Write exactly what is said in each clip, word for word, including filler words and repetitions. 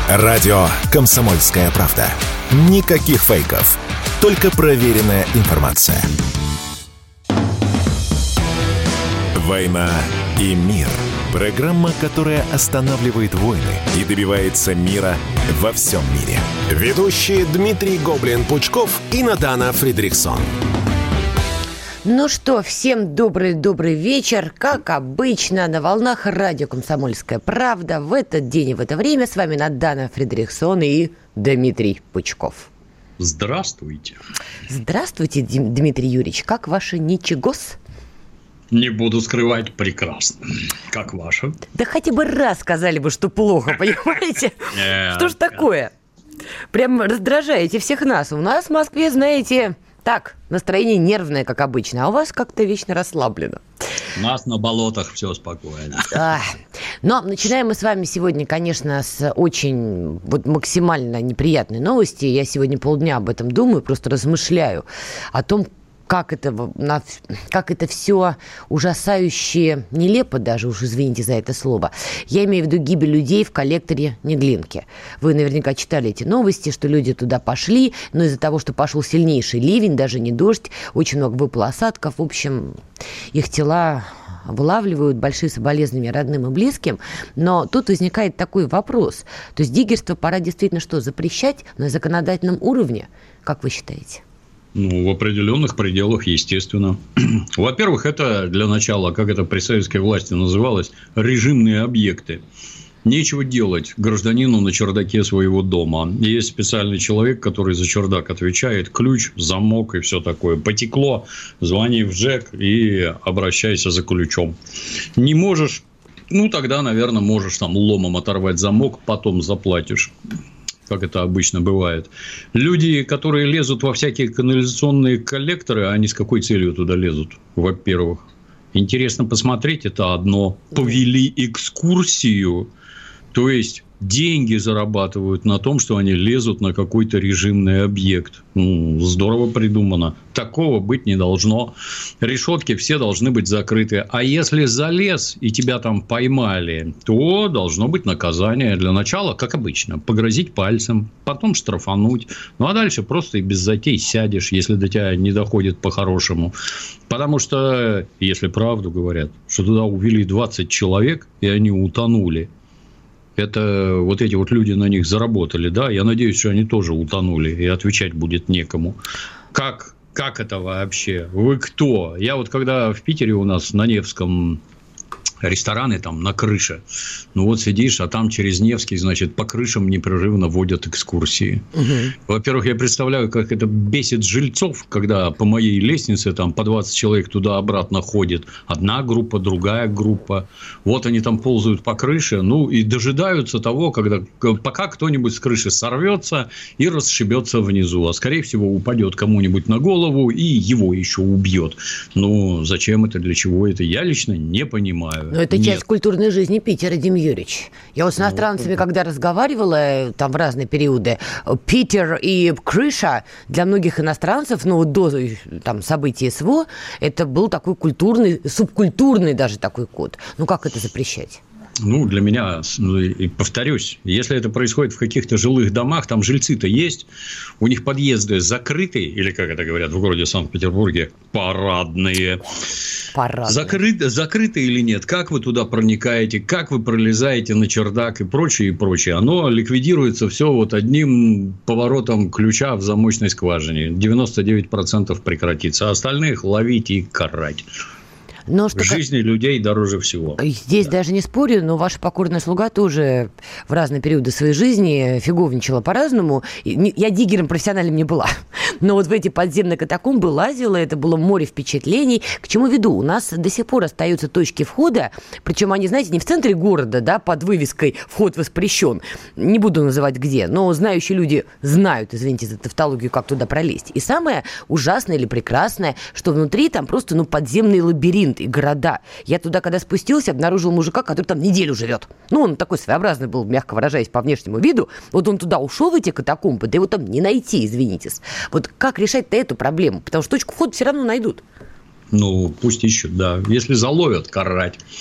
Радио «Комсомольская правда». Никаких фейков. Только проверенная информация. «Война и мир». Программа, которая останавливает войны и добивается мира во всем мире. Ведущие Дмитрий Гоблин-Пучков и Надана Фридрихсон. Ну что, всем добрый-добрый вечер. Как обычно, на волнах радио «Комсомольская правда». В этот день и в это время с вами Надана Фридрихсон и Дмитрий Пучков. Здравствуйте. Здравствуйте, Дмитрий Юрьевич. Как ваше ничегос? Не буду скрывать, прекрасно. Как ваше? Да хотя бы раз сказали бы, что плохо, понимаете? Что ж такое? Прям раздражаете всех нас. У нас в Москве, знаете... Так, настроение нервное, как обычно, а у вас как-то вечно расслаблено. У нас на болотах все спокойно. А, но начинаем мы с вами сегодня, конечно, с очень вот, максимально неприятной новости. Я сегодня полдня об этом думаю, просто размышляю о том, как это, как это все ужасающе нелепо даже, уж извините за это слово. Я имею в виду гибель людей в коллекторе Неглинки. Вы наверняка читали эти новости, что люди туда пошли, но из-за того, что пошел сильнейший ливень, даже не дождь, очень много выпало осадков. В общем, их тела вылавливают, большие соболезнования родным и близким. Но тут возникает такой вопрос. То есть диггерство пора действительно что, запрещать на законодательном уровне? Как вы считаете? Ну, в определенных пределах, естественно. Во-первых, это для начала, как это при советской власти называлось, режимные объекты. Нечего делать гражданину на чердаке своего дома. Есть специальный человек, который за чердак отвечает. Ключ, замок и все такое. Потекло, звони в ЖЭК и обращайся за ключом. Не можешь, ну, тогда, наверное, можешь там ломом оторвать замок, потом заплатишь. Как это обычно бывает. Люди, которые лезут во всякие канализационные коллекторы, они с какой целью туда лезут? Во-первых, интересно посмотреть, это одно. Повели экскурсию, то есть деньги зарабатывают на том, что они лезут на какой-то режимный объект. Ну, здорово придумано. Такого быть не должно. Решетки все должны быть закрыты. А если залез и тебя там поймали, то должно быть наказание. Для начала, как обычно, погрозить пальцем, потом штрафануть. Ну, а дальше просто и без затей сядешь, если до тебя не доходит по-хорошему. Потому что, если правду говорят, что туда увели двадцать человек, и они утонули. Это вот эти вот люди на них заработали, да? Я надеюсь, что они тоже утонули, и отвечать будет некому. Как, как это вообще? Вы кто? Я вот когда в Питере у нас на Невском рестораны там на крыше, ну вот сидишь, а там через Невский, значит, по крышам непрерывно водят экскурсии. Угу. Во-первых, я представляю, как это бесит жильцов, когда по моей лестнице там по двадцать человек туда-обратно ходит. Одна группа, другая группа. Вот они там ползают по крыше, ну и дожидаются того, когда, пока кто-нибудь с крыши сорвется и расшибется внизу. А скорее всего упадет кому-нибудь на голову и его еще убьет. Ну, зачем это, для чего это, я лично не понимаю. Но это часть Нет. культурной жизни Питера, Дим Юрьевич. Я вот с иностранцами, ну, когда разговаривала там в разные периоды, Питер и крыша для многих иностранцев, ну, вот до там, событий СВО, это был такой культурный, субкультурный даже такой код. Ну, как это запрещать? Ну, для меня, и повторюсь, если это происходит в каких-то жилых домах, там жильцы-то есть, у них подъезды закрыты, или, как это говорят в городе Санкт-Петербурге, парадные. Парадные. Закрыты, закрыты или нет? Как вы туда проникаете? Как вы пролезаете на чердак и прочее, и прочее? Оно ликвидируется все вот одним поворотом ключа в замочной скважине. девяносто девять процентов прекратится, а остальных ловить и карать. Но что жизни людей дороже всего. Здесь да. даже не спорю, но ваша покорная слуга тоже в разные периоды своей жизни фиговничала по-разному. Я диггером профессиональным не была. Но вот в эти подземные катакомбы лазила, это было море впечатлений. К чему веду? У нас до сих пор остаются точки входа, причем они, знаете, не в центре города, да, под вывеской «Вход воспрещен». Не буду называть где, но знающие люди знают, извините за тавтологию, как туда пролезть. И самое ужасное или прекрасное, что внутри там просто ну, подземный лабиринт и города. Я туда, когда спустился, обнаружил мужика, который там неделю живет. Ну, он такой своеобразный был, мягко выражаясь, по внешнему виду. Вот он туда ушел, в эти катакомбы, да его там не найти, извинитесь. Вот как решать-то эту проблему? Потому что точку входа все равно найдут. Ну, пусть ищут, да. Если заловят, карать.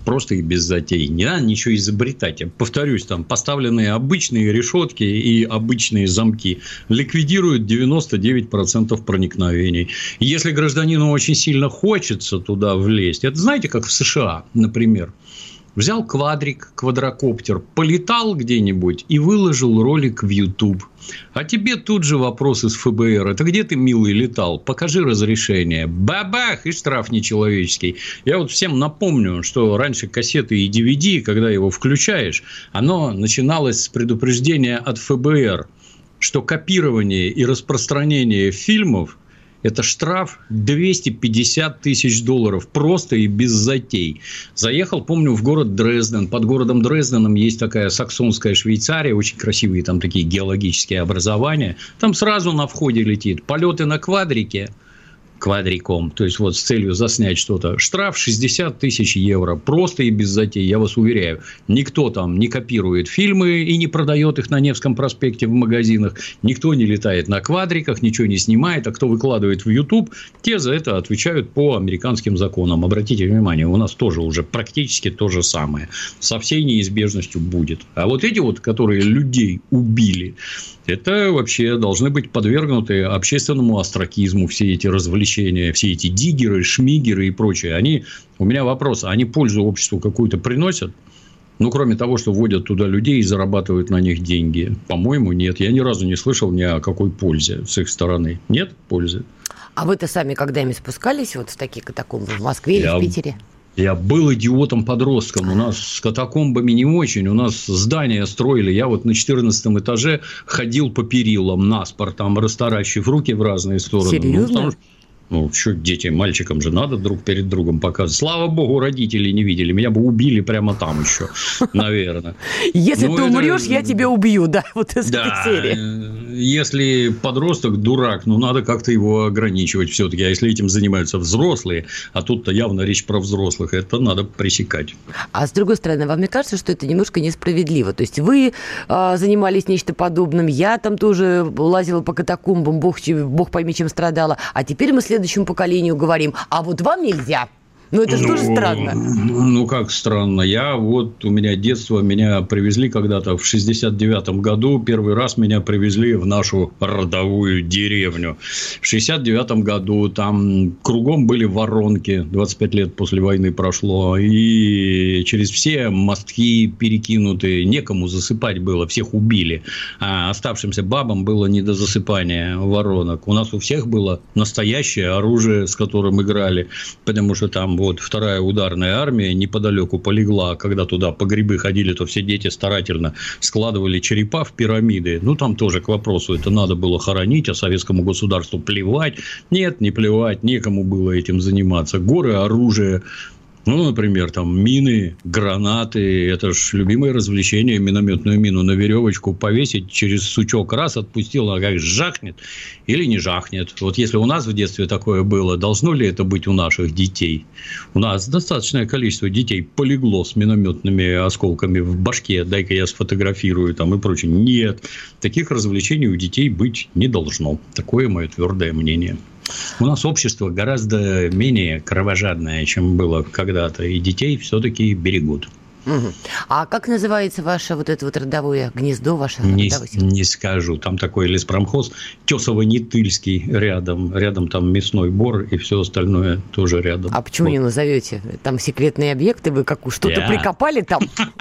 Просто и без затей. Не надо ничего изобретать. Я повторюсь, там поставленные обычные решетки и обычные замки ликвидируют девяносто девять процентов проникновений. Если гражданину очень сильно хочется туда влезть, это знаете, как в США, например. Взял квадрик, квадрокоптер, полетал где-нибудь и выложил ролик в YouTube. А тебе тут же вопрос из эф бэ эр. Это где ты, милый, летал? Покажи разрешение. Бабах! И штраф нечеловеческий. Я вот всем напомню, что раньше кассеты и ди ви ди, когда его включаешь, оно начиналось с предупреждения от эф бэ эр, что копирование и распространение фильмов – это штраф двести пятьдесят тысяч долларов. Просто и без затей. Заехал, помню, в город Дрезден. Под городом Дрезденом есть такая саксонская Швейцария. Очень красивые там такие геологические образования. Там сразу на входе летит. Полеты на квадрике. Квадриком, то есть вот с целью заснять что-то. Штраф шестьдесят тысяч евро. Просто и без затей, я вас уверяю. Никто там не копирует фильмы и не продает их на Невском проспекте в магазинах. Никто не летает на квадриках, ничего не снимает. А кто выкладывает в YouTube, те за это отвечают по американским законам. Обратите внимание, у нас тоже уже практически то же самое. Со всей неизбежностью будет. А вот эти вот, которые людей убили, это вообще должны быть подвергнуты общественному остракизму, все эти развлечения, все эти диггеры, шмигеры и прочее. Они, у меня вопрос, они пользу обществу какую-то приносят? Ну, кроме того, что вводят туда людей и зарабатывают на них деньги. По-моему, нет. Я ни разу не слышал ни о какой пользе с их стороны. Нет пользы. А вы-то сами когда-нибудь спускались вот в такие катакомбы в Москве или Я... в Питере? Я был идиотом-подростком. У нас с катакомбами не очень. У нас здания строили. Я вот на четырнадцатом этаже ходил по перилам наспор, там растаращив руки в разные стороны. Серьезно? Ну, потому что... Ну, что дети, мальчикам же надо друг перед другом показывать. Слава богу, родители не видели. Меня бы убили прямо там еще, наверное. Если ты умрешь, я тебя убью, да, вот из этой серии. Если подросток дурак, ну, надо как-то его ограничивать все-таки. А если этим занимаются взрослые, а тут-то явно речь про взрослых, это надо пресекать. А с другой стороны, вам не кажется, что это немножко несправедливо? То есть, вы э, занимались нечто подобным, я там тоже лазила по катакомбам, бог, бог пойми, чем страдала, а теперь мы следующему поколению говорим, а вот вам нельзя. Ну, это же ну, тоже странно. Ну, как странно. Я вот, у меня детство, меня привезли когда-то в шестьдесят девятом году. Первый раз меня привезли в нашу родовую деревню. В шестьдесят девятом году там кругом были воронки. двадцать пять лет после войны прошло. И через все мостки перекинуты. Некому засыпать было. Всех убили. А оставшимся бабам было не до засыпания воронок. У нас у всех было настоящее оружие, с которым играли. Потому что там вот вторая ударная армия неподалеку полегла. Когда туда по грибы ходили, то все дети старательно складывали черепа в пирамиды. Ну, там тоже к вопросу, это надо было хоронить, а советскому государству плевать. Нет, не плевать, некому было этим заниматься. Горы оружия. Ну, например, там мины, гранаты. Это ж любимое развлечение. Минометную мину на веревочку повесить, через сучок раз отпустил, а как жахнет или не жахнет. Вот если у нас в детстве такое было, должно ли это быть у наших детей? У нас достаточное количество детей полегло с минометными осколками в башке. Дай-ка я сфотографирую там и прочее. Нет, таких развлечений у детей быть не должно. Такое мое твердое мнение. У нас общество гораздо менее кровожадное, чем было когда-то, и детей все-таки берегут. Угу. А как называется ваше вот это вот родовое гнездо, ваше не, родовое? Не скажу. Там такой леспромхоз Тесово-Нетыльский рядом. Рядом там мясной бор и все остальное тоже рядом. А почему вот. Не назовете? Там секретные объекты, вы как что-то yeah. прикопали там?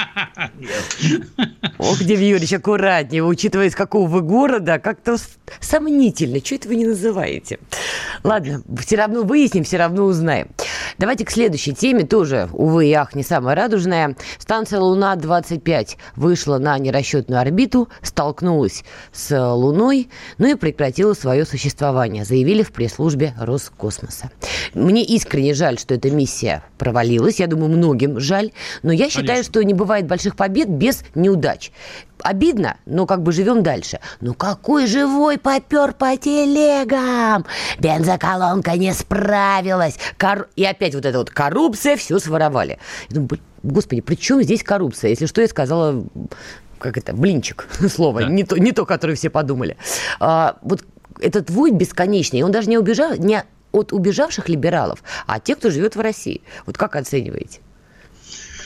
Ох, Дим Юрьевич, аккуратнее. Учитывая, из какого вы города, как-то сомнительно. Чего это вы не называете? Ладно, все равно выясним, все равно узнаем. Давайте к следующей теме, тоже, увы и ах, не самая радужная. Станция Луна-двадцать пять вышла на нерасчетную орбиту, столкнулась с Луной, ну и прекратила свое существование, заявили в пресс-службе Роскосмоса. Мне искренне жаль, что эта миссия провалилась, я думаю, многим жаль, но я считаю, Конечно. Что не бывает больших побед без неудач. Обидно, но как бы живем дальше. Ну какой живой попер по телегам? Бензоколонка не справилась. Кор... И опять вот эта вот коррупция, все своровали. Я думаю, господи, при чем здесь коррупция? Если что, я сказала, как это, блинчик, слово, да. не, то, не то, которое все подумали. А, вот этот вой бесконечный, он даже не, убежал, не от убежавших либералов, а от тех, кто живет в России. Вот как оцениваете?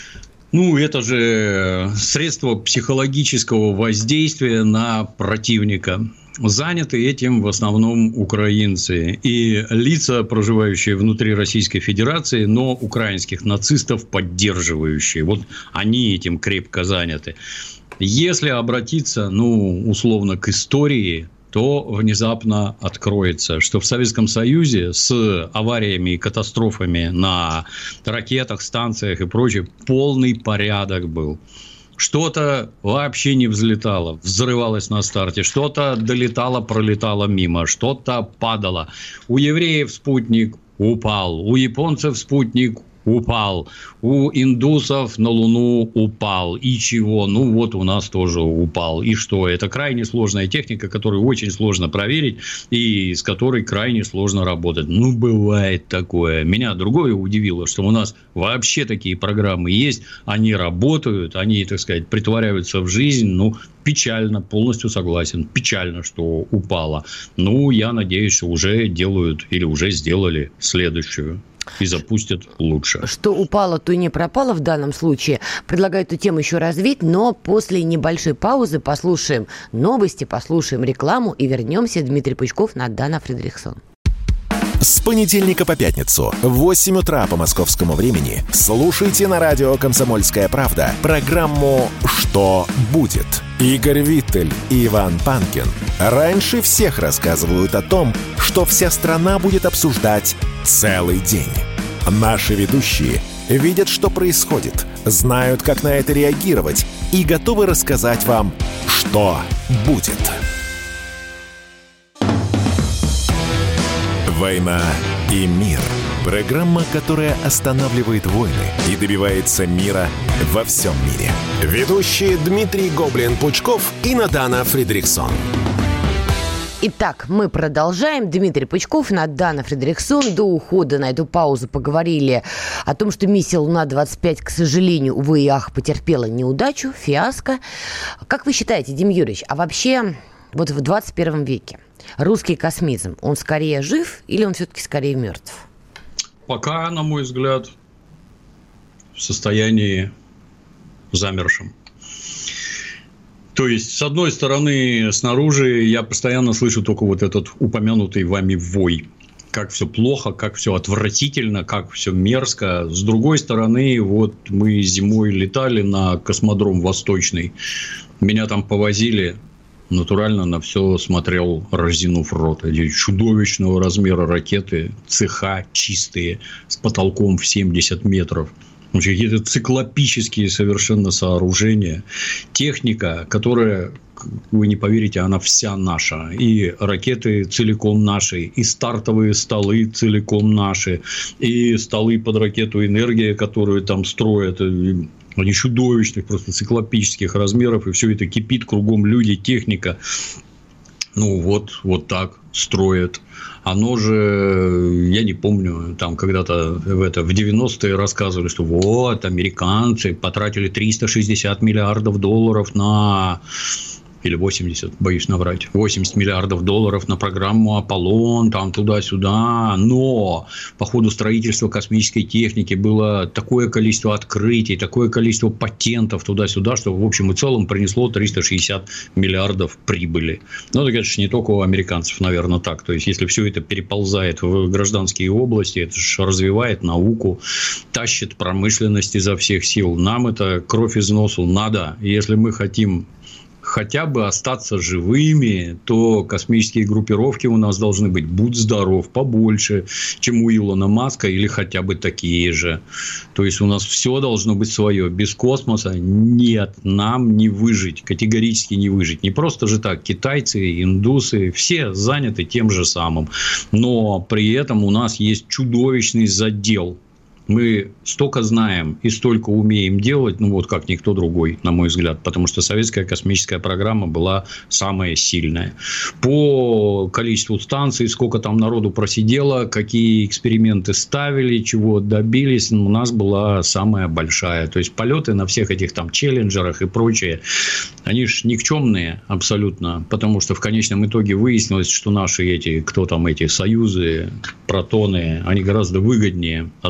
Ну, это же средство психологического воздействия на противника. Заняты этим в основном украинцы и лица, проживающие внутри Российской Федерации, но украинских нацистов поддерживающие. Вот они этим крепко заняты. Если обратиться, ну, условно, к истории, то внезапно откроется, что в Советском Союзе с авариями и катастрофами на ракетах, станциях и прочее полный порядок был. Что-то вообще не взлетало, взрывалось на старте, что-то долетало, пролетало мимо, что-то падало. У евреев спутник упал, у японцев спутник упал, у индусов на Луну упал. И чего? Ну, вот у нас тоже упал. И что? Это крайне сложная техника, которую очень сложно проверить и с которой крайне сложно работать. Ну, бывает такое. Меня другое удивило, что у нас вообще такие программы есть, они работают, они, так сказать, притворяются в жизнь. Ну, печально, полностью согласен. Печально, что упало. Ну, я надеюсь, что уже делают или уже сделали следующую. И запустят лучше. Что упало, то и не пропало в данном случае. Предлагаю эту тему еще развить, но после небольшой паузы послушаем новости, послушаем рекламу и вернемся. Дмитрий Пучков, Надана Фридрихсон. С понедельника по пятницу в восемь утра по московскому времени слушайте на радио «Комсомольская правда» программу «Что будет?». Игорь Виттель и Иван Панкин раньше всех рассказывают о том, что вся страна будет обсуждать целый день. Наши ведущие видят, что происходит, знают, как на это реагировать и готовы рассказать вам, что будет. «Война и мир» – программа, которая останавливает войны и добивается мира во всем мире. Ведущие Дмитрий Гоблин-Пучков и Надана Фридрихсон. Итак, мы продолжаем. Дмитрий Пучков, Надана Фридрихсон. До ухода на эту паузу поговорили о том, что миссия Луна-двадцать пять, к сожалению, увы и ах, потерпела неудачу, фиаско. Как вы считаете, Дим Юрьевич, а вообще вот в двадцать первом веке русский космизм, он скорее жив или он все-таки скорее мертв? Пока, на мой взгляд, в состоянии замершем. То есть, с одной стороны, снаружи я постоянно слышу только вот этот упомянутый вами вой. Как все плохо, как все отвратительно, как все мерзко. С другой стороны, вот мы зимой летали на космодром Восточный. Меня там повозили. Натурально на все смотрел, разинув рот. Эти чудовищного размера ракеты, цеха чистые, с потолком в семьдесят метров. Какие-то циклопические совершенно сооружения. Техника, которая, вы не поверите, она вся наша. И ракеты целиком наши, и стартовые столы целиком наши, и столы под ракету «Энергия», которую там строят. Они чудовищных, просто циклопических размеров, и все это кипит, кругом люди, техника. Ну, вот, вот так строят. Оно же, я не помню, там когда-то в, это, в девяностые рассказывали, что вот, американцы потратили триста шестьдесят миллиардов долларов на... Или восемьдесят, боюсь наврать. восемьдесят миллиардов долларов на программу «Аполлон», там туда-сюда. Но по ходу строительства космической техники было такое количество открытий, такое количество патентов туда-сюда, что в общем и целом принесло триста шестьдесят миллиардов прибыли. Но это, конечно, не только у американцев, наверное, так. То есть, если все это переползает в гражданские области, это же развивает науку, тащит промышленность изо всех сил. Нам это кровь из носу надо. Если мы хотим хотя бы остаться живыми, то космические группировки у нас должны быть, будь здоров, побольше, чем у Илона Маска, или хотя бы такие же. То есть, у нас все должно быть свое. Без космоса нет, нам не выжить, категорически не выжить. Не просто же так, китайцы, индусы, все заняты тем же самым. Но при этом у нас есть чудовищный задел. Мы столько знаем и столько умеем делать, ну вот как никто другой, на мой взгляд, потому что советская космическая программа была самая сильная. По количеству станций, сколько там народу просидело, какие эксперименты ставили, чего добились, у нас была самая большая. То есть, полеты на всех этих там челленджерах и прочее, они же никчемные абсолютно, потому что в конечном итоге выяснилось, что наши эти, кто там эти, союзы, протоны, они гораздо выгоднее одноразовые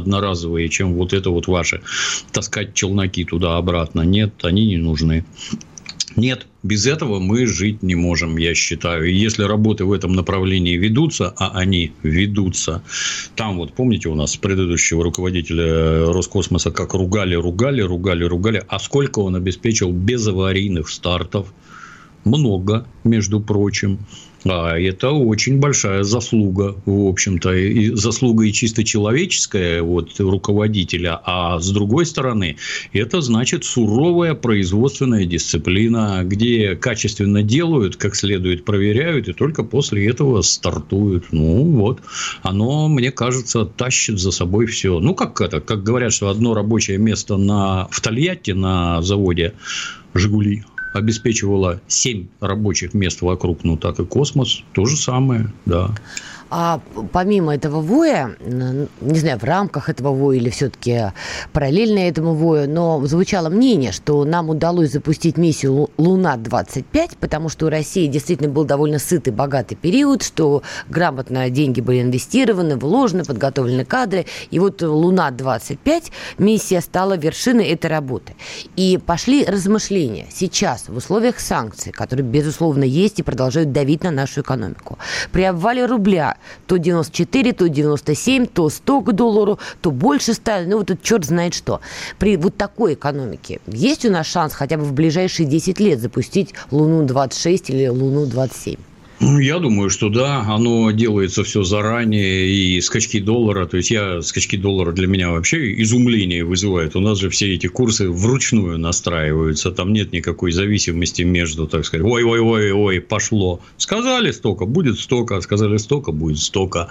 базовые, чем вот это вот ваше таскать челноки туда-обратно. Нет, они не нужны. Нет, без этого мы жить не можем, я считаю. И если работы в этом направлении ведутся, а они ведутся, там вот, помните, у нас предыдущего руководителя Роскосмоса как ругали, ругали, ругали, ругали, а сколько он обеспечил безаварийных стартов? Много, между прочим. А это очень большая заслуга, в общем-то, и заслуга и чисто человеческая вот, руководителя, а с другой стороны, это значит суровая производственная дисциплина, где качественно делают, как следует проверяют, и только после этого стартуют. Ну, вот, оно, мне кажется, тащит за собой все. Ну, как это, как говорят, что одно рабочее место на, в Тольятти на заводе «Жигули» обеспечивала семь рабочих мест вокруг, ну, так и космос, то же самое, да. А помимо этого воя, не знаю, в рамках этого воя или все-таки параллельно этому вою, но звучало мнение, что нам удалось запустить миссию «Луна-двадцать пять», потому что у России действительно был довольно сытый, богатый период, что грамотно деньги были инвестированы, вложены, подготовлены кадры. И вот «Луна-двадцать пять» миссия стала вершиной этой работы. И пошли размышления сейчас в условиях санкций, которые, безусловно, есть и продолжают давить на нашу экономику. При обвале рубля то девяносто четыре, то девяносто семь, то сто к доллару, то больше стали. Ну, вот тут черт знает что. При вот такой экономике есть у нас шанс хотя бы в ближайшие десять лет запустить Луну-двадцать шесть или Луну-двадцать семь? Я думаю, что да, оно делается все заранее, и скачки доллара, то есть я, скачки доллара для меня вообще изумление вызывают. У нас же все эти курсы вручную настраиваются, там нет никакой зависимости между, так сказать, ой-ой-ой-ой, пошло. Сказали столько, будет столько, сказали столько, будет столько.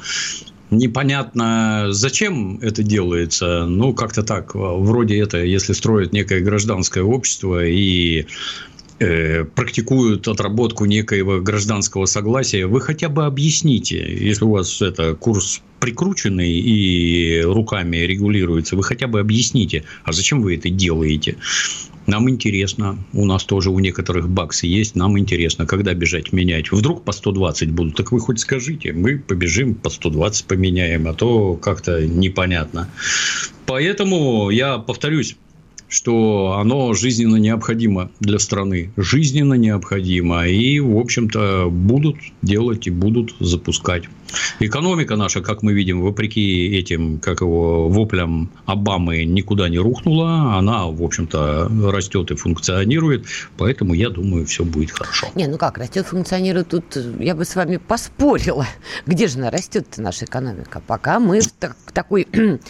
Непонятно, зачем это делается. Ну, как-то так, вроде это, если строят некое гражданское общество и практикуют отработку некоего гражданского согласия, вы хотя бы объясните, если у вас это курс прикрученный и руками регулируется, вы хотя бы объясните, а зачем вы это делаете? Нам интересно, у нас тоже у некоторых баксы есть, нам интересно, когда бежать менять. Вдруг по сто двадцать будут, так вы хоть скажите, мы побежим по сто двадцать поменяем, а то как-то непонятно. Поэтому я повторюсь, что оно жизненно необходимо для страны. Жизненно необходимо. И, в общем-то, будут делать и будут запускать. Экономика наша, как мы видим, вопреки этим, как его, воплям Обамы, никуда не рухнула. Она, в общем-то, растет и функционирует. Поэтому, я думаю, все будет хорошо. Не, ну как, растет, функционирует, тут я бы с вами поспорила. Где же она растет-то, наша экономика? Пока мы в так, такой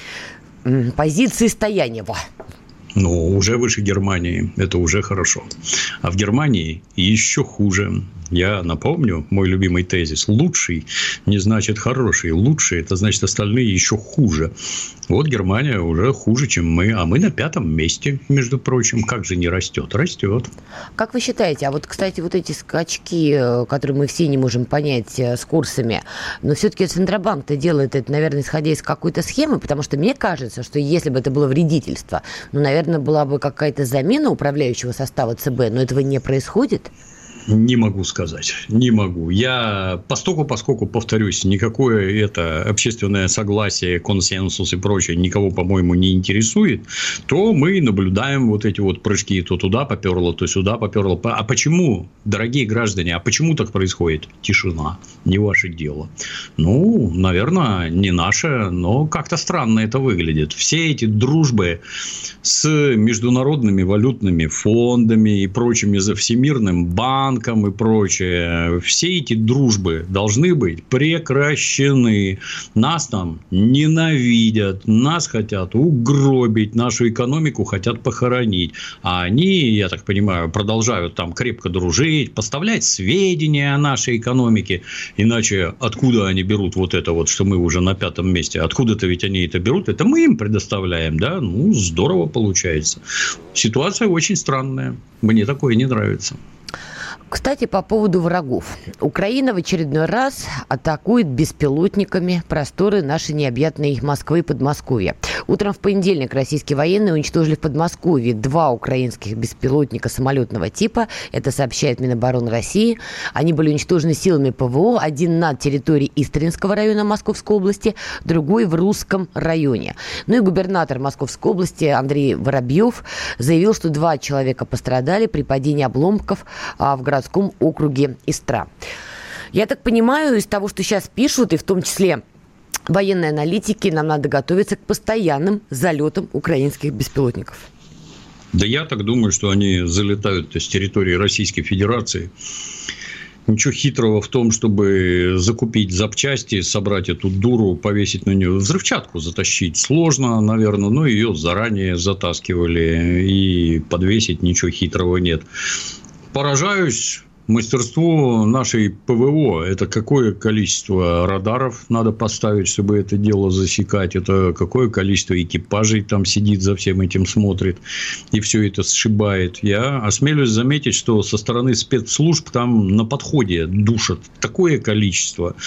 позиции стояния. Ну, уже выше Германии. Это уже хорошо. А в Германии еще хуже. Я напомню, мой любимый тезис. Лучший не значит хороший. Лучший – это значит остальные еще хуже. Вот Германия уже хуже, чем мы. А мы на пятом месте, между прочим. Как же не растет? Растет. Как вы считаете, а вот, кстати, вот эти скачки, которые мы все не можем понять с курсами, но все-таки Центробанк-то делает это, наверное, исходя из какой-то схемы, потому что мне кажется, что если бы это было вредительство, ну, наверное, была бы какая-то замена управляющего состава ЦБ, но этого не происходит. Не могу сказать, не могу. Я постольку, поскольку, повторюсь, никакое это общественное согласие, консенсус и прочее никого, по-моему, не интересует, то мы наблюдаем вот эти вот прыжки, то туда поперло, то сюда поперло. А почему, дорогие граждане, а почему так происходит? Тишина, не ваше дело. Ну, наверное, не наше, но как-то странно это выглядит. Все эти дружбы с международными валютными фондами и прочими, за Всемирным банком, и прочее. Все эти дружбы должны быть прекращены. Нас там ненавидят, нас хотят угробить, нашу экономику хотят похоронить. А они, я так понимаю, продолжают там крепко дружить, поставлять сведения о нашей экономике. Иначе откуда они берут вот это вот, что мы уже на пятом месте? Откуда-то ведь они это берут? Это мы им предоставляем, да? Ну, здорово получается. Ситуация очень странная. Мне такое не нравится. Кстати, по поводу врагов. Украина в очередной раз атакует беспилотниками просторы нашей необъятной Москвы и Подмосковья. Утром в понедельник российские военные уничтожили в Подмосковье два украинских беспилотника самолетного типа. Это сообщает Минобороны России. Они были уничтожены силами ПВО. Один над территорией Истринского района Московской области, другой в Русском районе. Ну и губернатор Московской области Андрей Воробьев заявил, что два человека пострадали при падении обломков в городском округе Истра. Я так понимаю, из того, что сейчас пишут, и в том числе военные аналитики, нам надо готовиться к постоянным залетам украинских беспилотников. Да я так думаю, что они залетают с территории Российской Федерации. Ничего хитрого в том, чтобы закупить запчасти, собрать эту дуру, повесить на нее, взрывчатку затащить сложно, наверное, но ее заранее затаскивали, и подвесить ничего хитрого нет. Поражаюсь мастерству нашей ПВО. Это какое количество радаров надо поставить, чтобы это дело засекать. Это какое количество экипажей там сидит, за всем этим смотрит и все это сшибает. Я осмелюсь заметить, что со стороны спецслужб там на подходе душат такое количество,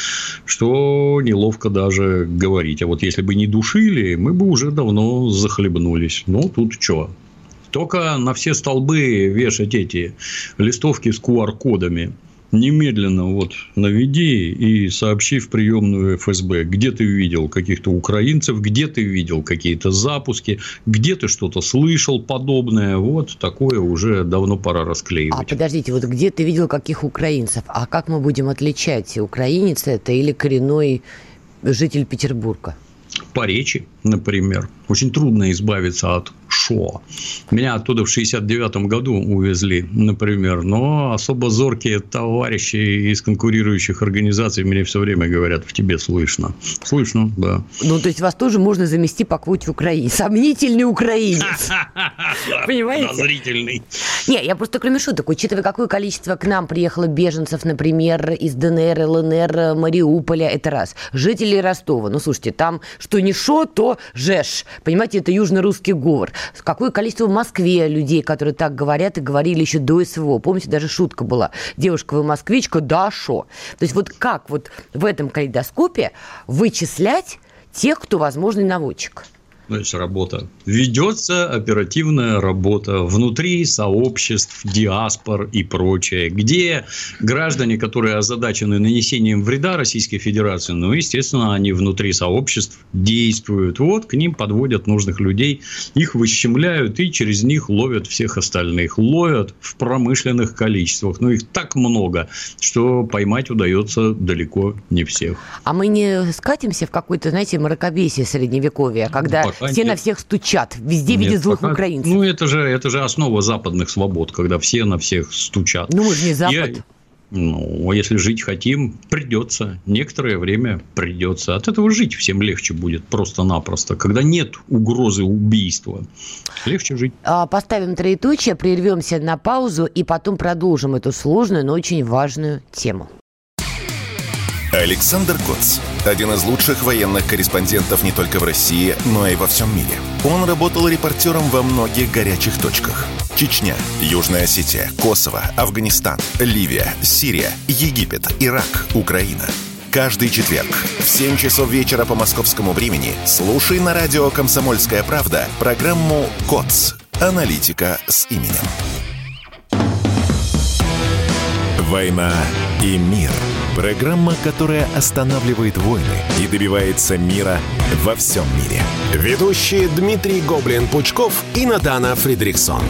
что неловко даже говорить. А вот если бы не душили, мы бы уже давно захлебнулись. Ну, тут что? Только на все столбы вешать эти листовки с ку ар кодами. Немедленно вот наведи и сообщи в приемную эф эс бэ, где ты видел каких-то украинцев, где ты видел какие-то запуски, где ты что-то слышал подобное. Вот такое уже давно пора расклеивать. А подождите, вот где ты видел каких украинцев? А как мы будем отличать, украинец это или коренной житель Петербурга? По речи, например. Очень трудно избавиться от шо. Меня оттуда в шестьдесят девятом году увезли, например. Но особо зоркие товарищи из конкурирующих организаций мне все время говорят: в тебе слышно. Слышно, да. Ну, то есть, вас тоже можно замести по квоте украинец. Сомнительный украинец. Понимаете? Подозрительный. Не, я просто кроме шуток, учитывая, какое количество к нам приехало беженцев, например, из дэ эн эр, эл эн эр, Мариуполя, это раз. Жителей Ростова. Ну, слушайте, там что не шо, то жеш. Понимаете, это южно-русский говор. Какое количество в Москве людей, которые так говорят и говорили еще до эс вэ о. Помните, даже шутка была. Девушка, вы москвичка? Да, шо. То есть, вот как вот в этом калейдоскопе вычислять тех, кто возможный наводчик? Значит, работа. Ведется оперативная работа внутри сообществ, диаспор и прочее, где граждане, которые озадачены нанесением вреда Российской Федерации, ну, естественно, они внутри сообществ действуют. Вот к ним подводят нужных людей, их выщемляют и через них ловят всех остальных. Ловят в промышленных количествах. Но их так много, что поймать удается далеко не всех. А мы не скатимся в какое-то, знаете, мракобесие средневековья, когда... Ну, все на всех стучат, везде Нет, видят злых пока... украинцев. Ну, это же, это же основа западных свобод, когда все на всех стучат. Ну, мы же не Запад. Я... Ну, если жить хотим, придется. Некоторое время придется. От этого жить всем легче будет просто-напросто. Когда нет угрозы убийства, легче жить. Поставим троеточие, прервемся на паузу и потом продолжим эту сложную, но очень важную тему. Александр Коц. Один из лучших военных корреспондентов не только в России, но и во всем мире. Он работал репортером во многих горячих точках. Чечня, Южная Осетия, Косово, Афганистан, Ливия, Сирия, Египет, Ирак, Украина. Каждый четверг в семь часов вечера по московскому времени слушай на радио «Комсомольская правда» программу «Коц. Аналитика с именем». «Война и мир». Программа, которая останавливает войны и добивается мира во всем мире. Ведущие Дмитрий Гоблин-Пучков и Надана Фридрихсон.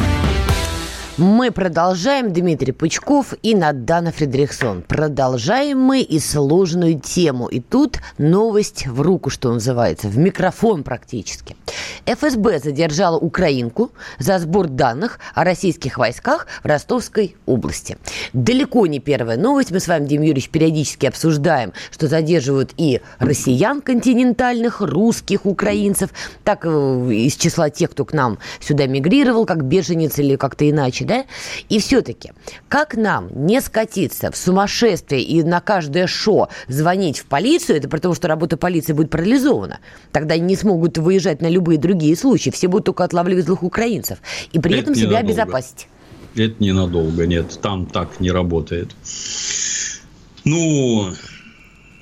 Мы продолжаем. Дмитрий Пучков и Надана Фридрихсон. Продолжаем мы и сложную тему. И тут новость в руку, что называется, в микрофон практически. эф эс бэ задержала украинку за сбор данных о российских войсках в Ростовской области. Далеко не первая новость. Мы с вами, Дим Юрьевич, периодически обсуждаем, что задерживают и россиян континентальных, русских, украинцев, так и из числа тех, кто к нам сюда мигрировал, как беженец или как-то иначе. Да? И все-таки, как нам не скатиться в сумасшествие и на каждое шо звонить в полицию, это потому, что работа полиции будет парализована. Тогда они не смогут выезжать на любые другие случаи, все будут только отлавливать злых украинцев. И при это этом себя надолго. Обезопасить. Это ненадолго, нет, там так не работает. Ну,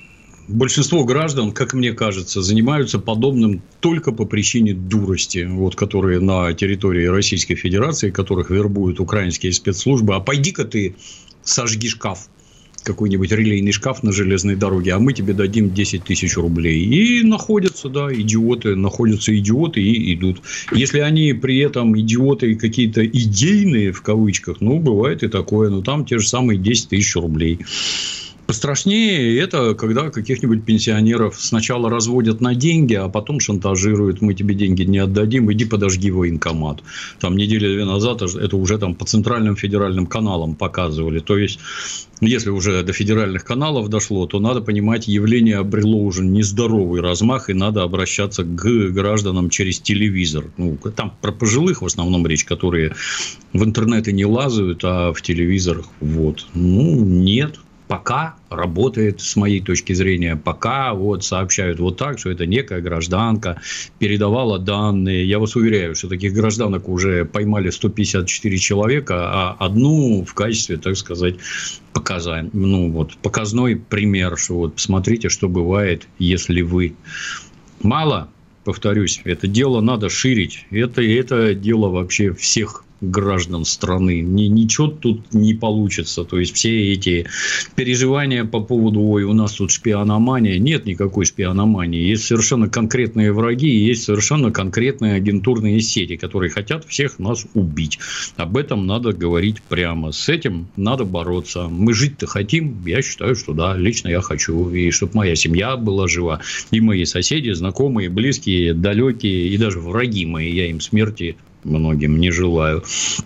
большинство граждан, как мне кажется, занимаются подобным только по причине дурости, вот, которые на территории Российской Федерации, которых вербуют украинские спецслужбы. А пойди-ка ты сожги шкаф, какой-нибудь релейный шкаф на железной дороге, а мы тебе дадим десять тысяч рублей. И находятся, да, идиоты, находятся идиоты и идут. Если они при этом идиоты какие-то идейные, в кавычках, ну, бывает и такое, но там те же самые десять тысяч рублей. Пострашнее это, когда каких-нибудь пенсионеров сначала разводят на деньги, а потом шантажируют: мы тебе деньги не отдадим, иди подожги военкомат. Там неделю-две назад это уже там по центральным федеральным каналам показывали. То есть, если уже до федеральных каналов дошло, то надо понимать, явление обрело уже нездоровый размах, и надо обращаться к гражданам через телевизор. Ну, там про пожилых в основном речь, которые в интернеты не лазают, а в телевизорах. Вот. Ну, нет. Пока работает, с моей точки зрения, пока вот сообщают вот так, что это некая гражданка передавала данные. Я вас уверяю, что таких гражданок уже поймали сто пятьдесят четыре человека, а одну в качестве, так сказать, показань, ну, вот, показной пример, что вот посмотрите, что бывает, если вы. Мало, повторюсь, это дело надо ширить. Это, это дело вообще всех граждан страны. Ничего тут не получится. То есть, все эти переживания по поводу: ой, у нас тут шпиономания. Нет никакой шпиономании. Есть совершенно конкретные враги, и есть совершенно конкретные агентурные сети, которые хотят всех нас убить. Об этом надо говорить прямо. С этим надо бороться. Мы жить-то хотим? Я считаю, что да. Лично я хочу. И чтобы моя семья была жива. И мои соседи, знакомые, близкие, далекие, и даже враги мои. Я им смерти многим не желаю.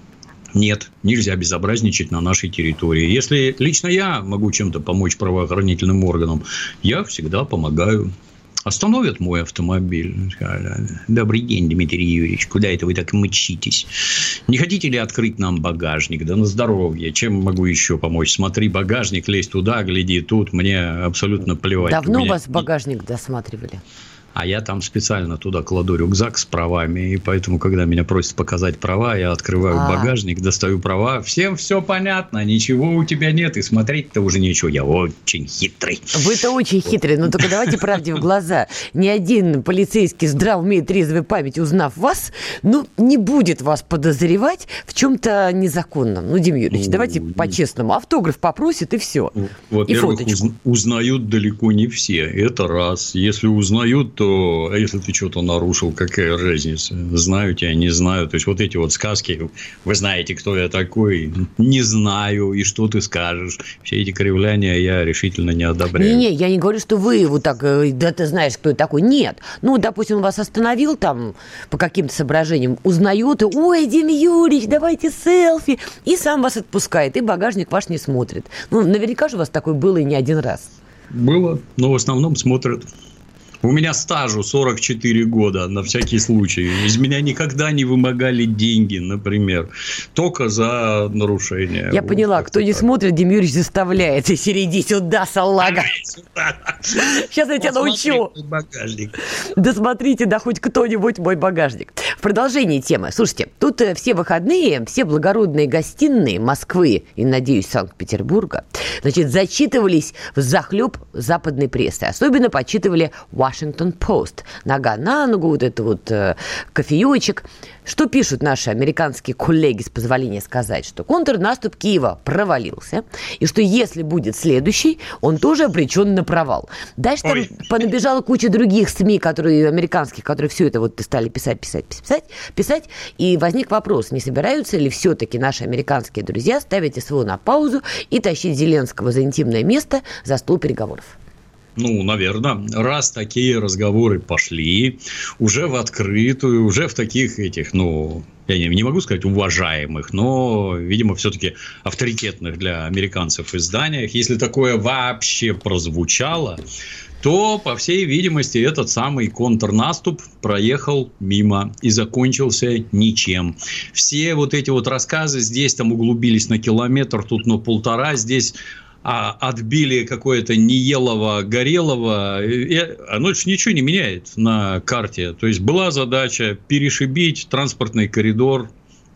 Нет, нельзя безобразничать на нашей территории. Если лично я могу чем-то помочь правоохранительным органам, я всегда помогаю. Остановят мой автомобиль. Добрый день, Дмитрий Юрьевич. Куда это вы так мчитесь? Не хотите ли открыть нам багажник? Да на здоровье. Чем могу еще помочь? Смотри багажник, лезь туда, гляди тут. Мне абсолютно плевать. Давно меня... вас багажник досматривали? А я там специально туда кладу рюкзак с правами. И поэтому, когда меня просят показать права, я открываю А-а-а. багажник, достаю права. Всем все понятно, ничего у тебя нет. И смотреть-то уже нечего. Я очень хитрый. Вы-то очень хитрый. Но только давайте правде в глаза. Ни один полицейский здраво имеет трезвую память, узнав вас, ну, не будет вас подозревать в чем-то незаконном. Ну, Дим Юрьевич, ну, давайте по-честному. Автограф попросит, и все. Во-первых, уз- узнают далеко не все. Это раз. Если узнают, то, а если ты что-то нарушил, какая разница? Знаю тебя, не знаю. То есть, вот эти вот сказки, вы знаете, кто я такой, не знаю, и что ты скажешь. Все эти кривляния я решительно не одобряю. Не-не, я не говорю, что вы вот так, да ты знаешь, кто я такой. Нет. Ну, допустим, он вас остановил там по каким-то соображениям, узнает, и, ой, Дим Юрьевич, давайте селфи, и сам вас отпускает, и багажник ваш не смотрит. Ну, наверняка же у вас такое было и не один раз. Было, но в основном смотрят. У меня стажу сорок четыре года, на всякий случай. Из меня никогда не вымогали деньги, например. Только за нарушение. Я вот, поняла, кто не так. смотрит, Дим Юрьевич заставляет. Если иди сюда, салага. Сейчас я тебя научу. Досмотрите, да хоть кто-нибудь мой багажник. В продолжении темы. Слушайте, тут все выходные, все благородные гостиные Москвы и, надеюсь, Санкт-Петербурга, значит, зачитывались взахлеб западной прессы. Особенно почитывали Washington Post. Нога на ногу, вот это вот э, кофеечек. Что пишут наши американские коллеги, с позволения сказать, что контрнаступ Киева провалился, и что если будет следующий, он тоже обречен на провал. Дальше там Ой. понабежала куча других СМИ, которые, американских, которые все это вот стали писать, писать, писать, писать, и возник вопрос, не собираются ли все-таки наши американские друзья ставить СВО на паузу и тащить Зеленского за интимное место за стол переговоров? Ну, наверное, раз такие разговоры пошли, уже в открытую, уже в таких этих, ну, я не, не могу сказать уважаемых, но, видимо, все-таки авторитетных для американцев изданиях, если такое вообще прозвучало, то, по всей видимости, этот самый контрнаступ проехал мимо и закончился ничем. Все вот эти вот рассказы здесь там углубились на километр, тут на полтора, здесь... а отбили какое-то Неелово-Горелово, оно же ничего не меняет на карте. То есть, была задача перешибить транспортный коридор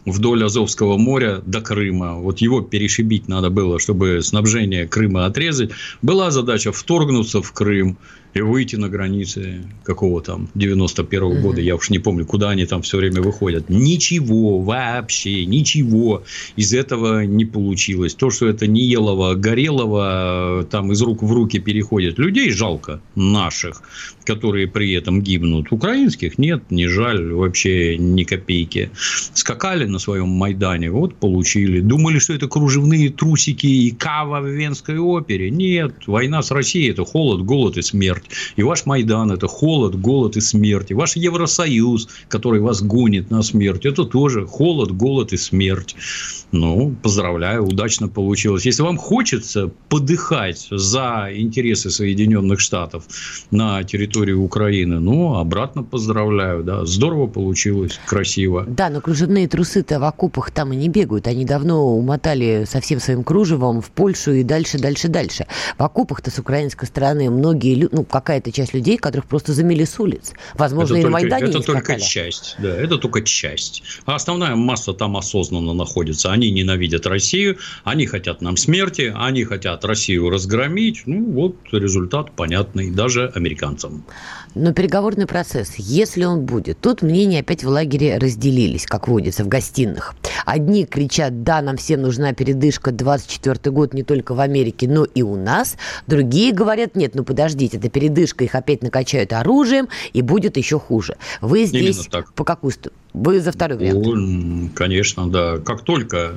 вдоль Азовского моря до Крыма. Вот его перешибить надо было, чтобы снабжение Крыма отрезать. Была задача вторгнуться в Крым и выйти на границы какого там девяносто первого года, я уж не помню, куда они там все время выходят. Ничего, вообще ничего из этого не получилось. То, что это не елово, а горелово, там из рук в руки переходит. Людей жалко, наших, которые при этом гибнут. Украинских нет, не жаль вообще ни копейки. Скакали на своем Майдане, вот получили. Думали, что это кружевные трусики и кава в Венской опере. Нет, война с Россией – это холод, голод и смерть. И ваш Майдан – это холод, голод и смерть. И ваш Евросоюз, который вас гонит на смерть, это тоже холод, голод и смерть. Ну, поздравляю, удачно получилось. Если вам хочется подыхать за интересы Соединенных Штатов на территории Украины, ну, обратно поздравляю. Да, здорово получилось, красиво. Да, но кружевные трусы-то в окопах там и не бегают. Они давно умотали со всем своим кружевом в Польшу и дальше, дальше, дальше. В окопах-то с украинской стороны многие люди, ну, какая-то часть людей, которых просто замели с улиц. Возможно, это и только, на Майдане это не только скакали. часть, да, это только часть. А основная масса там осознанно находится. Они ненавидят Россию, они хотят нам смерти, они хотят Россию разгромить. Ну, вот результат понятный даже американцам. Но переговорный процесс, если он будет, тут мнения опять в лагере разделились, как водится, в гостиных. Одни кричат: да, нам всем нужна передышка, двадцать четвёртый год не только в Америке, но и у нас. Другие говорят: нет, ну подождите, это передышка, их опять накачают оружием, и будет еще хуже. Вы здесь по какую сторону? Вы за второй вариант? Ну, конечно, да. Как только...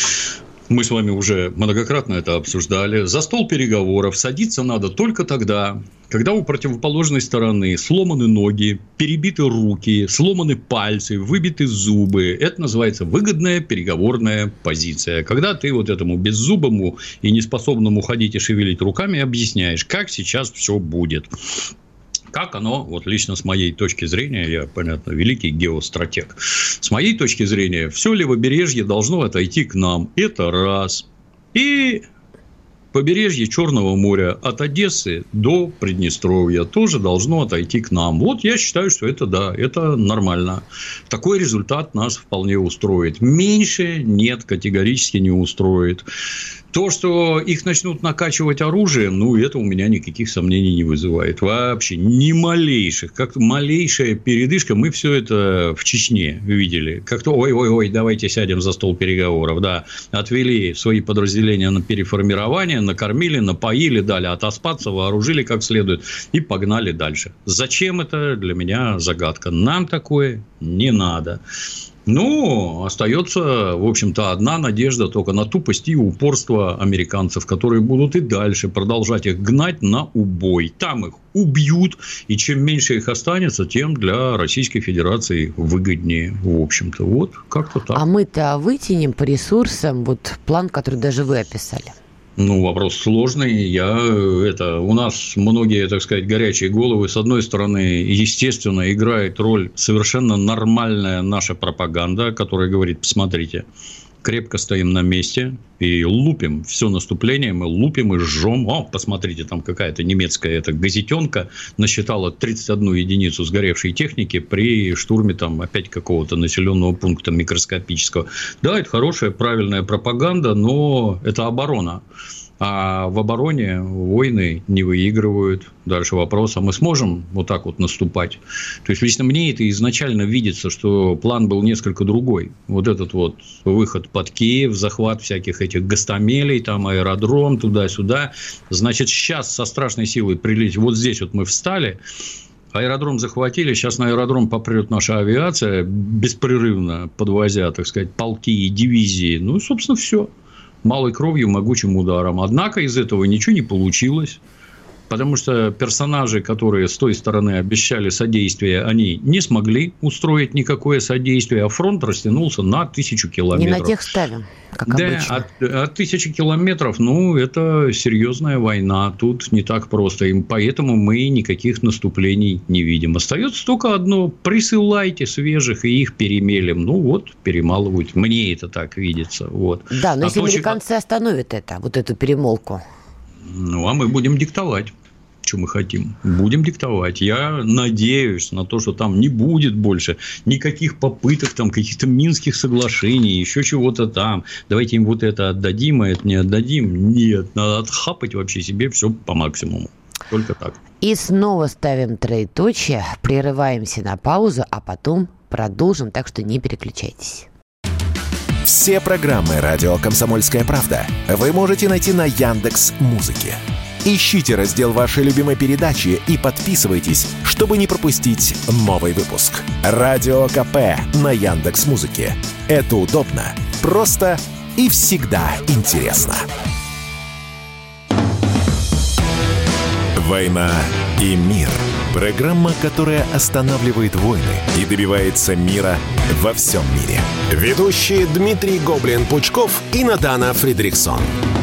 Мы с вами уже многократно это обсуждали. За стол переговоров садиться надо только тогда, когда у противоположной стороны сломаны ноги, перебиты руки, сломаны пальцы, выбиты зубы. Это называется выгодная переговорная позиция. Когда ты вот этому беззубому и неспособному ходить и шевелить руками объясняешь, как сейчас все будет. Как оно, вот лично с моей точки зрения, я, понятно, великий геостратег, с моей точки зрения, все левобережье должно отойти к нам. Это раз. И побережье Черного моря от Одессы до Приднестровья тоже должно отойти к нам. Вот я считаю, что это да, это нормально. Такой результат нас вполне устроит. Меньше нет, категорически не устроит. То, что их начнут накачивать оружием, ну, это у меня никаких сомнений не вызывает. Вообще, ни малейших. Как малейшая передышка. Мы все это в Чечне видели. Как-то, ой-ой-ой, давайте сядем за стол переговоров. Да, отвели свои подразделения на переформирование, накормили, напоили, дали отоспаться, вооружили как следует и погнали дальше. Зачем это, для меня загадка. Нам такое не надо. Ну, остается, в общем-то, одна надежда только на тупость и упорство американцев, которые будут и дальше продолжать их гнать на убой. Там их убьют, и чем меньше их останется, тем для Российской Федерации выгоднее, в общем-то. Вот как-то так. А мы-то вытянем по ресурсам вот план, который даже вы описали. Ну, вопрос сложный. Я, это, у нас многие, так сказать, горячие головы. С одной стороны, естественно, играет роль совершенно нормальная наша пропаганда, которая говорит: посмотрите, крепко стоим на месте и лупим все наступление, мы лупим и жжем. О, посмотрите, там какая-то немецкая эта газетенка насчитала тридцать одну единицу сгоревшей техники при штурме там опять какого-то населенного пункта микроскопического. Да, это хорошая, правильная пропаганда, но это оборона. А в обороне войны не выигрывают. Дальше вопрос: а мы сможем вот так вот наступать? То есть, лично мне это изначально видится, что план был несколько другой. Вот этот вот выход под Киев, захват всяких этих гастомелей, там аэродром, туда-сюда. Значит, сейчас со страшной силой прилететь. Вот здесь вот мы встали. Аэродром захватили, сейчас на аэродром попрет наша авиация, беспрерывно подвозя, так сказать, полки и дивизии. Ну, и, собственно, все. Малой кровью, могучим ударом. Однако из этого ничего не получилось. Потому что персонажи, которые с той стороны обещали содействие, они не смогли устроить никакое содействие, а фронт растянулся на тысячу километров. Не на тех ставим, как да, обычно. От, от тысячи километров, ну, это серьезная война. Тут не так просто. И поэтому мы никаких наступлений не видим. Остается только одно: присылайте свежих, и их перемелем. Ну, вот, перемалывают. Мне это так видится. Вот. Да, но а если то, американцы что... остановят это, вот эту перемолку. Ну, а мы будем диктовать. что мы хотим. Будем диктовать. Я надеюсь на то, что там не будет больше никаких попыток, там, каких-то Минских соглашений, еще чего-то там. Давайте им вот это отдадим, а это не отдадим. Нет, надо отхапать вообще себе все по максимуму. Только так. И снова ставим троеточие, прерываемся на паузу, а потом продолжим, так что не переключайтесь. Все программы «Радио Комсомольская правда» вы можете найти на Яндекс.Музыке. Ищите раздел вашей любимой передачи и подписывайтесь, чтобы не пропустить новый выпуск. Радио КП на Яндекс.Музыке. Это удобно, просто и всегда интересно. «Война и мир». Программа, которая останавливает войны и добивается мира во всем мире. Ведущие Дмитрий Гоблин-Пучков и Надана Фридрихсон.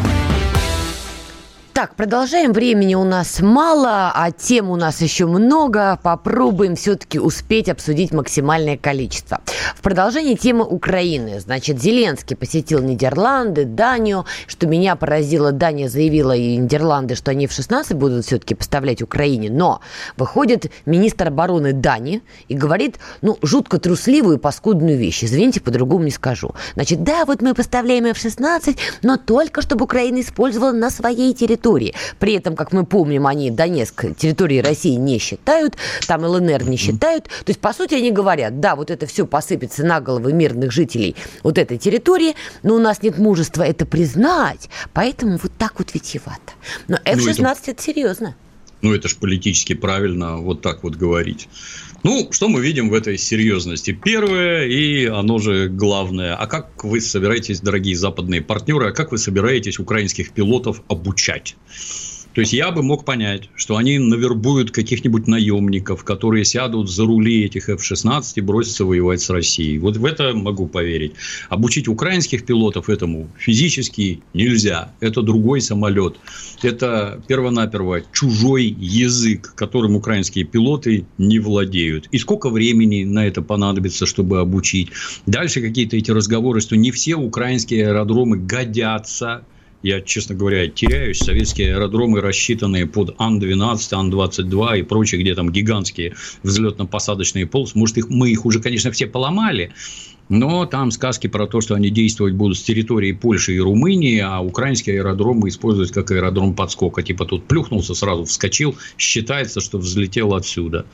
Так, продолжаем. Времени у нас мало, а тем у нас еще много. Попробуем все-таки успеть обсудить максимальное количество. В продолжении темы Украины. Значит, Зеленский посетил Нидерланды, Данию. Что меня поразило, Дания заявила, и Нидерланды, что они в шестнадцать будут все-таки поставлять Украине. Но выходит министр обороны Дании и говорит, ну, жутко трусливую и паскудную вещь. Извините, по-другому не скажу. Значит, да, вот мы поставляем эф шестнадцать, но только чтобы Украина использовала на своей территории. При этом, как мы помним, они Донецк территорией России не считают, там эл эн эр не считают. То есть, по сути, они говорят, да, вот это все посыпется на головы мирных жителей вот этой территории, но у нас нет мужества это признать, поэтому вот так вот витиевато. Но эф шестнадцать ну, это... это серьезно. Ну, это ж политически правильно вот так вот говорить. Ну, что мы видим в этой серьезности? Первое, и оно же главное. А как вы собираетесь, дорогие западные партнеры, а как вы собираетесь украинских пилотов обучать? То есть, я бы мог понять, что они навербуют каких-нибудь наемников, которые сядут за рули этих эф шестнадцать и бросятся воевать с Россией. Вот в это могу поверить. Обучить украинских пилотов этому физически нельзя. Это другой самолет. Это перво-наперво чужой язык, которым украинские пилоты не владеют. И сколько времени на это понадобится, чтобы обучить? Дальше какие-то эти разговоры, что не все украинские аэродромы годятся. Я, честно говоря, теряюсь. Советские аэродромы, рассчитанные под ан двенадцать, ан двадцать два и прочие, где там гигантские взлетно-посадочные полосы. Может, их, мы их уже, конечно, все поломали. Но там сказки про то, что они действовать будут с территории Польши и Румынии, а украинские аэродромы используют как аэродром подскока. Типа тут плюхнулся, сразу вскочил, считается, что взлетел отсюда.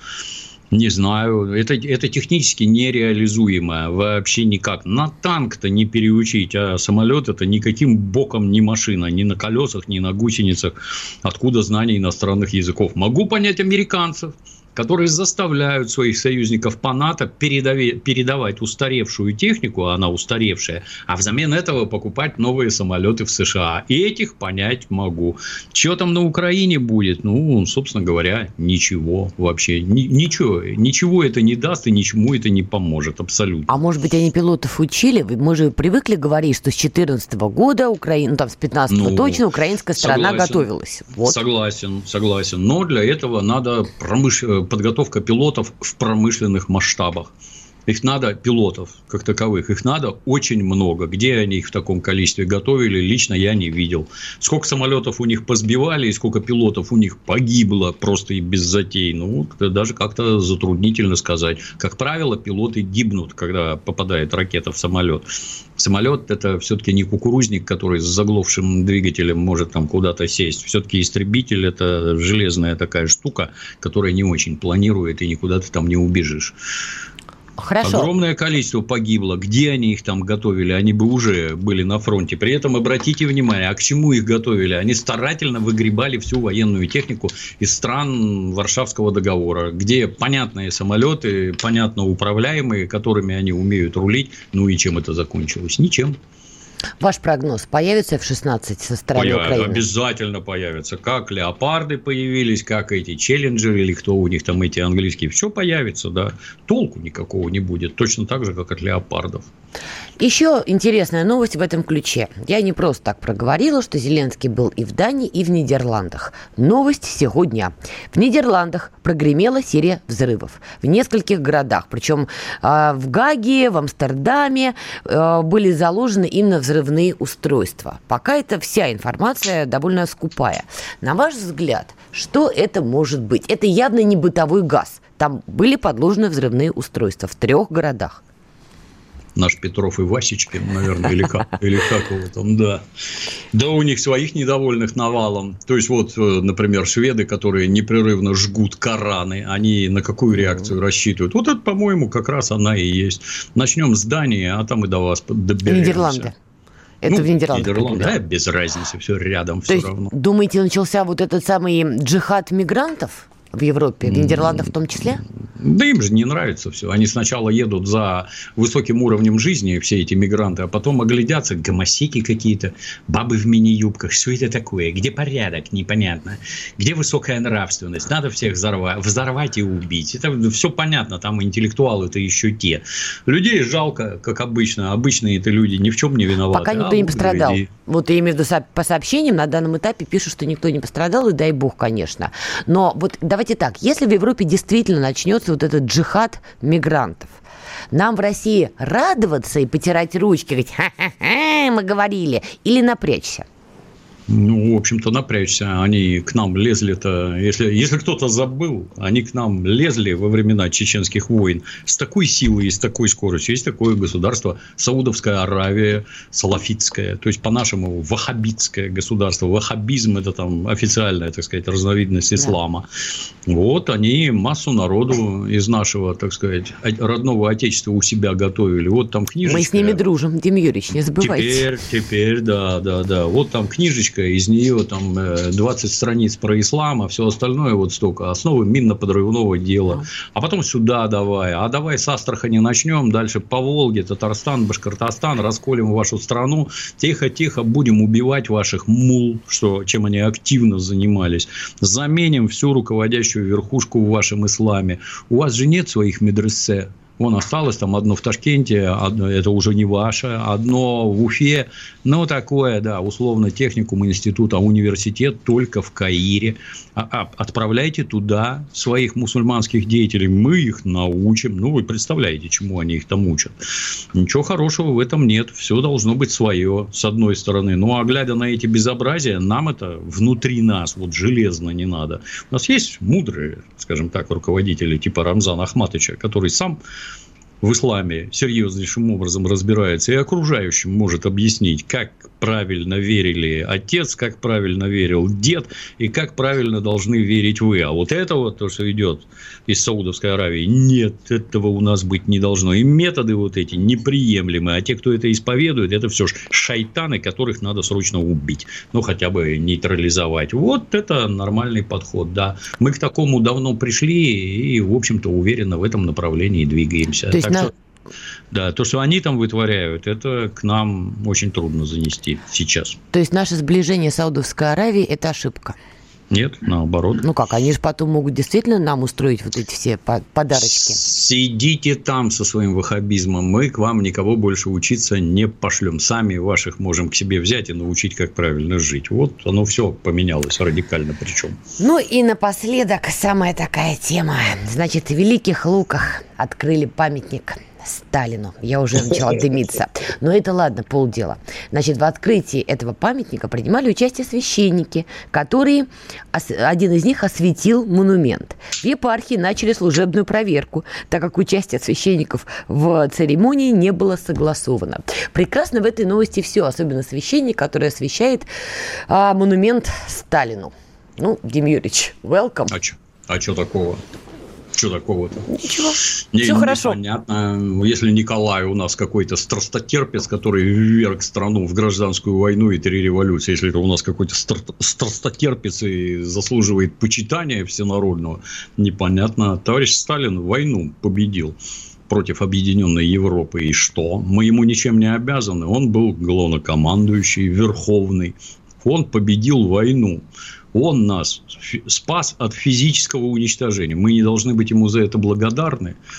Не знаю, это, это технически нереализуемо вообще никак. На танк-то не переучить, а самолет это никаким боком не машина, ни на колесах, ни на гусеницах. Откуда знание иностранных языков? Могу понять американцев, которые заставляют своих союзников по НАТО передавать, передавать устаревшую технику, а она устаревшая, а взамен этого покупать новые самолеты в США. И этих понять могу. Что там на Украине будет? Ну, собственно говоря, ничего вообще. Ни, ничего. Ничего это не даст и ничему это не поможет. Абсолютно. А может быть, они пилотов учили? Мы же привыкли говорить, что с две тысячи четырнадцатого года, Украина, ну, там, с две тысячи пятнадцатого ну, точно украинская сторона согласен, готовилась. Вот. Согласен, согласен. Но для этого надо промышленно подготовка пилотов в промышленных масштабах. Их надо, пилотов как таковых, их надо очень много. Где они их в таком количестве готовили, лично я не видел. Сколько самолетов у них позбивали и сколько пилотов у них погибло просто и без затей. Ну, даже как-то затруднительно сказать. Как правило, пилоты гибнут, когда попадает ракета в самолет. Самолет – это все-таки не кукурузник, который с заглохшим двигателем может там куда-то сесть. Все-таки истребитель – это железная такая штука, которая не очень планирует, и никуда ты там не убежишь. Хорошо. Огромное количество погибло. Где они их там готовили? Они бы уже были на фронте. При этом обратите внимание, а к чему их готовили? Они старательно выгребали всю военную технику из стран Варшавского договора, где понятные самолеты, понятно управляемые, которыми они умеют рулить. Ну и чем это закончилось? Ничем. Ваш прогноз, появится эф шестнадцать со стороны Появ... Украины? Обязательно появится. Как леопарды появились, как эти челленджеры, или кто у них там эти английские. Все появится, да. Толку никакого не будет. Точно так же, как от леопардов. Еще интересная новость в этом ключе. Я не просто так проговорила, что Зеленский был и в Дании, и в Нидерландах. Новость сегодня. В Нидерландах прогремела серия взрывов в нескольких городах. Причем э, в Гааге, в Амстердаме э, были заложены именно взрывные устройства. Пока это вся информация довольно скупая. На ваш взгляд, что это может быть? Это явно не бытовой газ. Там были подложены взрывные устройства в трех городах. Наш Петров и Васечкин, наверное, или как, или как его там, да. Да у них своих недовольных навалом. То есть, вот, например, шведы, которые непрерывно жгут Кораны, они на какую реакцию рассчитывают? Вот это, по-моему, как раз она и есть. Начнем с Дании, а там и до вас доберемся. Нидерланды. Это ну, в Нидерландах. Нидерланды, да, без разницы, все рядом, То все есть, равно. Думаете, начался вот этот самый джихад мигрантов в Европе, в Нидерландах в том числе? Да им же не нравится все. Они сначала едут за высоким уровнем жизни, все эти мигранты, а потом оглядятся, гомосеки какие-то, бабы в мини-юбках. Что это такое? Где порядок? Непонятно. Где высокая нравственность? Надо всех взорвать, взорвать и убить. Это все понятно. Там интеллектуалы-то еще те. Людей жалко, как обычно. Обычные-то люди ни в чем не виноваты. Пока никто а не пострадал. люди... Вот я имею в виду по сообщениям на данном этапе пишут, что никто не пострадал, и дай бог, конечно. Но вот давайте так. Если в Европе действительно начнется вот этот джихад мигрантов, нам в России радоваться и потирать ручки, говорить, ха-ха-ха, мы говорили, или напрячься? Ну, в общем-то, напрячься. Они к нам лезли-то, если, если кто-то забыл, они к нам лезли во времена чеченских войн с такой силой и с такой скоростью. Есть такое государство Саудовская Аравия, салафитское, то есть по-нашему ваххабитское государство. Ваххабизм – это там официальная, так сказать, разновидность ислама. Да. Вот они массу народу из нашего, так сказать, родного отечества у себя готовили. Вот там книжечка. Мы с ними дружим, Дим Юрьевич, не забывайте. Теперь, теперь, да, да, да. Вот там книжечка. Из нее там двадцать страниц про ислам, а все остальное вот столько. Основы минно-подрывного дела. А потом сюда давай. А давай с Астрахани начнем. Дальше по Волге, Татарстан, Башкортостан. Расколем вашу страну. Тихо-тихо будем убивать ваших мул, что, чем они активно занимались. Заменим всю руководящую верхушку в вашем исламе. У вас же нет своих медресе. Вон осталось там одно в Ташкенте, одно, это уже не ваше, одно в Уфе. Ну, такое, да, условно, техникум, институт, а университет только в Каире. А, а, отправляйте туда своих мусульманских деятелей, мы их научим. Ну, вы представляете, чему они их там учат. Ничего хорошего в этом нет. Все должно быть свое, с одной стороны. Ну, а глядя на эти безобразия, нам это внутри нас, вот железно не надо. У нас есть мудрые, скажем так, руководители типа Рамзана Ахматовича, который сам в исламе серьезнейшим образом разбирается и окружающим может объяснить, как правильно верили отец, как правильно верил дед и как правильно должны верить вы. А вот это вот то, что идет из Саудовской Аравии, нет, этого у нас быть не должно. И методы вот эти неприемлемы. А те, кто это исповедует, это все шайтаны, которых надо срочно убить. Ну, хотя бы нейтрализовать. Вот это нормальный подход, да. Мы к такому давно пришли и, в общем-то, уверенно в этом направлении двигаемся. То есть, так на... что... Да, то, что они там вытворяют, это к нам очень трудно занести сейчас. То есть, наше сближение с Саудовской Аравией – это ошибка? Нет, наоборот. Ну как, они же потом могут действительно нам устроить вот эти все подарочки. Сидите там со своим ваххабизмом. Мы к вам никого больше учиться не пошлем. Сами ваших можем к себе взять и научить, как правильно жить. Вот оно все поменялось радикально причем. Ну и напоследок самая такая тема. Значит, в Великих Луках открыли памятник Сталину. Я уже начала дымиться. Но это ладно, полдела. Значит, в открытии этого памятника принимали участие священники, которые... Один из них осветил монумент. В епархии начали служебную проверку, так как участие священников в церемонии не было согласовано. Прекрасно в этой новости все, особенно священник, который освещает а, монумент Сталину. Ну, Дим Юрьевич, welcome. А что а чё такого? Что такого-то? Ничего, не, все хорошо. Понятно. Если Николай у нас какой-то страстотерпец, который вверг страну в гражданскую войну и три революции, если это у нас какой-то страстотерпец и заслуживает почитания всенародного, непонятно. Товарищ Сталин войну победил против объединенной Европы. И что? Мы ему ничем не обязаны. Он был главнокомандующий, верховный. Он победил войну. Он нас спас от физического уничтожения. Мы не должны быть ему за это благодарны.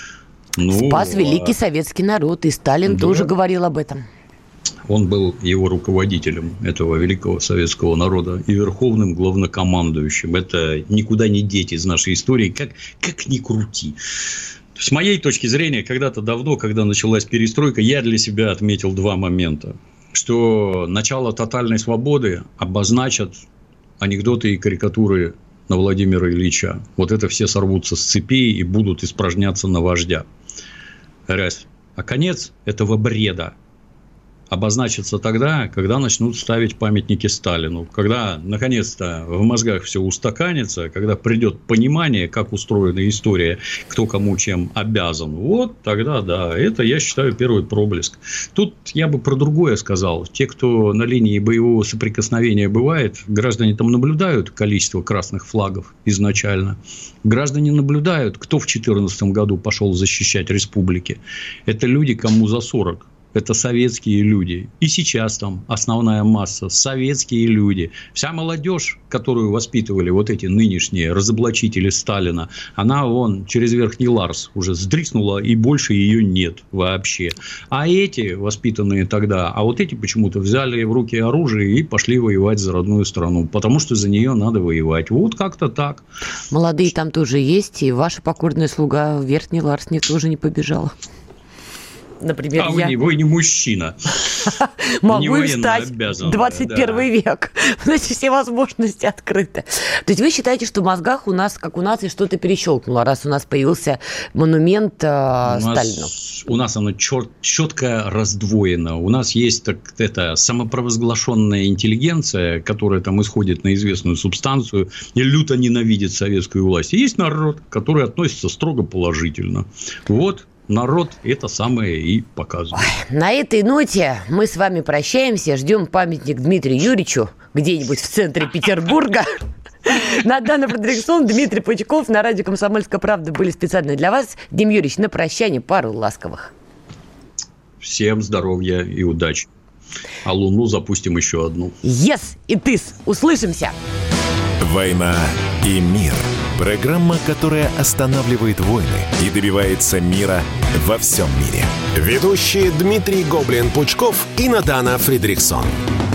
Ну, спас великий советский народ, и Сталин да. тоже говорил об этом. Он был его руководителем, этого великого советского народа, и верховным главнокомандующим. Это никуда не деть из нашей истории, как, как ни крути. С моей точки зрения, когда-то давно, когда началась перестройка, я для себя отметил два момента. Что начало тотальной свободы обозначат анекдоты и карикатуры на Владимира Ильича. Вот это все сорвутся с цепи и будут испражняться на вождя. Раз. А конец этого бреда обозначится тогда, когда начнут ставить памятники Сталину. Когда, наконец-то, в мозгах все устаканится, когда придет понимание, как устроена история, кто кому чем обязан. Вот тогда, да, это, я считаю, первый проблеск. Тут я бы про другое сказал. Те, кто на линии боевого соприкосновения бывает, граждане там наблюдают количество красных флагов изначально. Граждане наблюдают, кто в две тысячи четырнадцатом году пошел защищать республики. Это люди, кому за сорок. Это советские люди. И сейчас там основная масса советские люди. Вся молодежь, которую воспитывали вот эти нынешние разоблачители Сталина, она вон через Верхний Ларс уже сдриснула, и больше ее нет вообще. А эти, воспитанные тогда, а вот эти почему-то взяли в руки оружие и пошли воевать за родную страну. Потому что за нее надо воевать. Вот как-то так. Молодые там тоже есть. И ваша покорная слуга в Верхний Ларс не, тоже не побежала. Например, а я... вы, вы не мужчина. Могу и стать. двадцать первый век. Значит, все возможности открыты. То есть, вы считаете, что в мозгах у нас, как у нации, что-то перещелкнуло, раз у нас появился монумент э, Сталину? У нас оно чет, четко раздвоено. У нас есть так, это, самопровозглашенная интеллигенция, которая там исходит на известную субстанцию и люто ненавидит советскую власть. И есть народ, который относится строго положительно. Вот. Народ это самое и показывает. Ой, на этой ноте мы с вами прощаемся. Ждем памятник Дмитрию Юрьевичу где-нибудь в центре Петербурга. Надана Фридрихсон, Дмитрий Пучков на радио «Комсомольская правда» были специально для вас. Дим Юрьевич, на прощание пару ласковых. Всем здоровья и удачи. А Луну запустим еще одну. Yes, и тыс. Услышимся. «Война и мир». Программа, которая останавливает войны и добивается мира во всем мире. Ведущие Дмитрий Гоблин-Пучков и Надана Фридрихсон.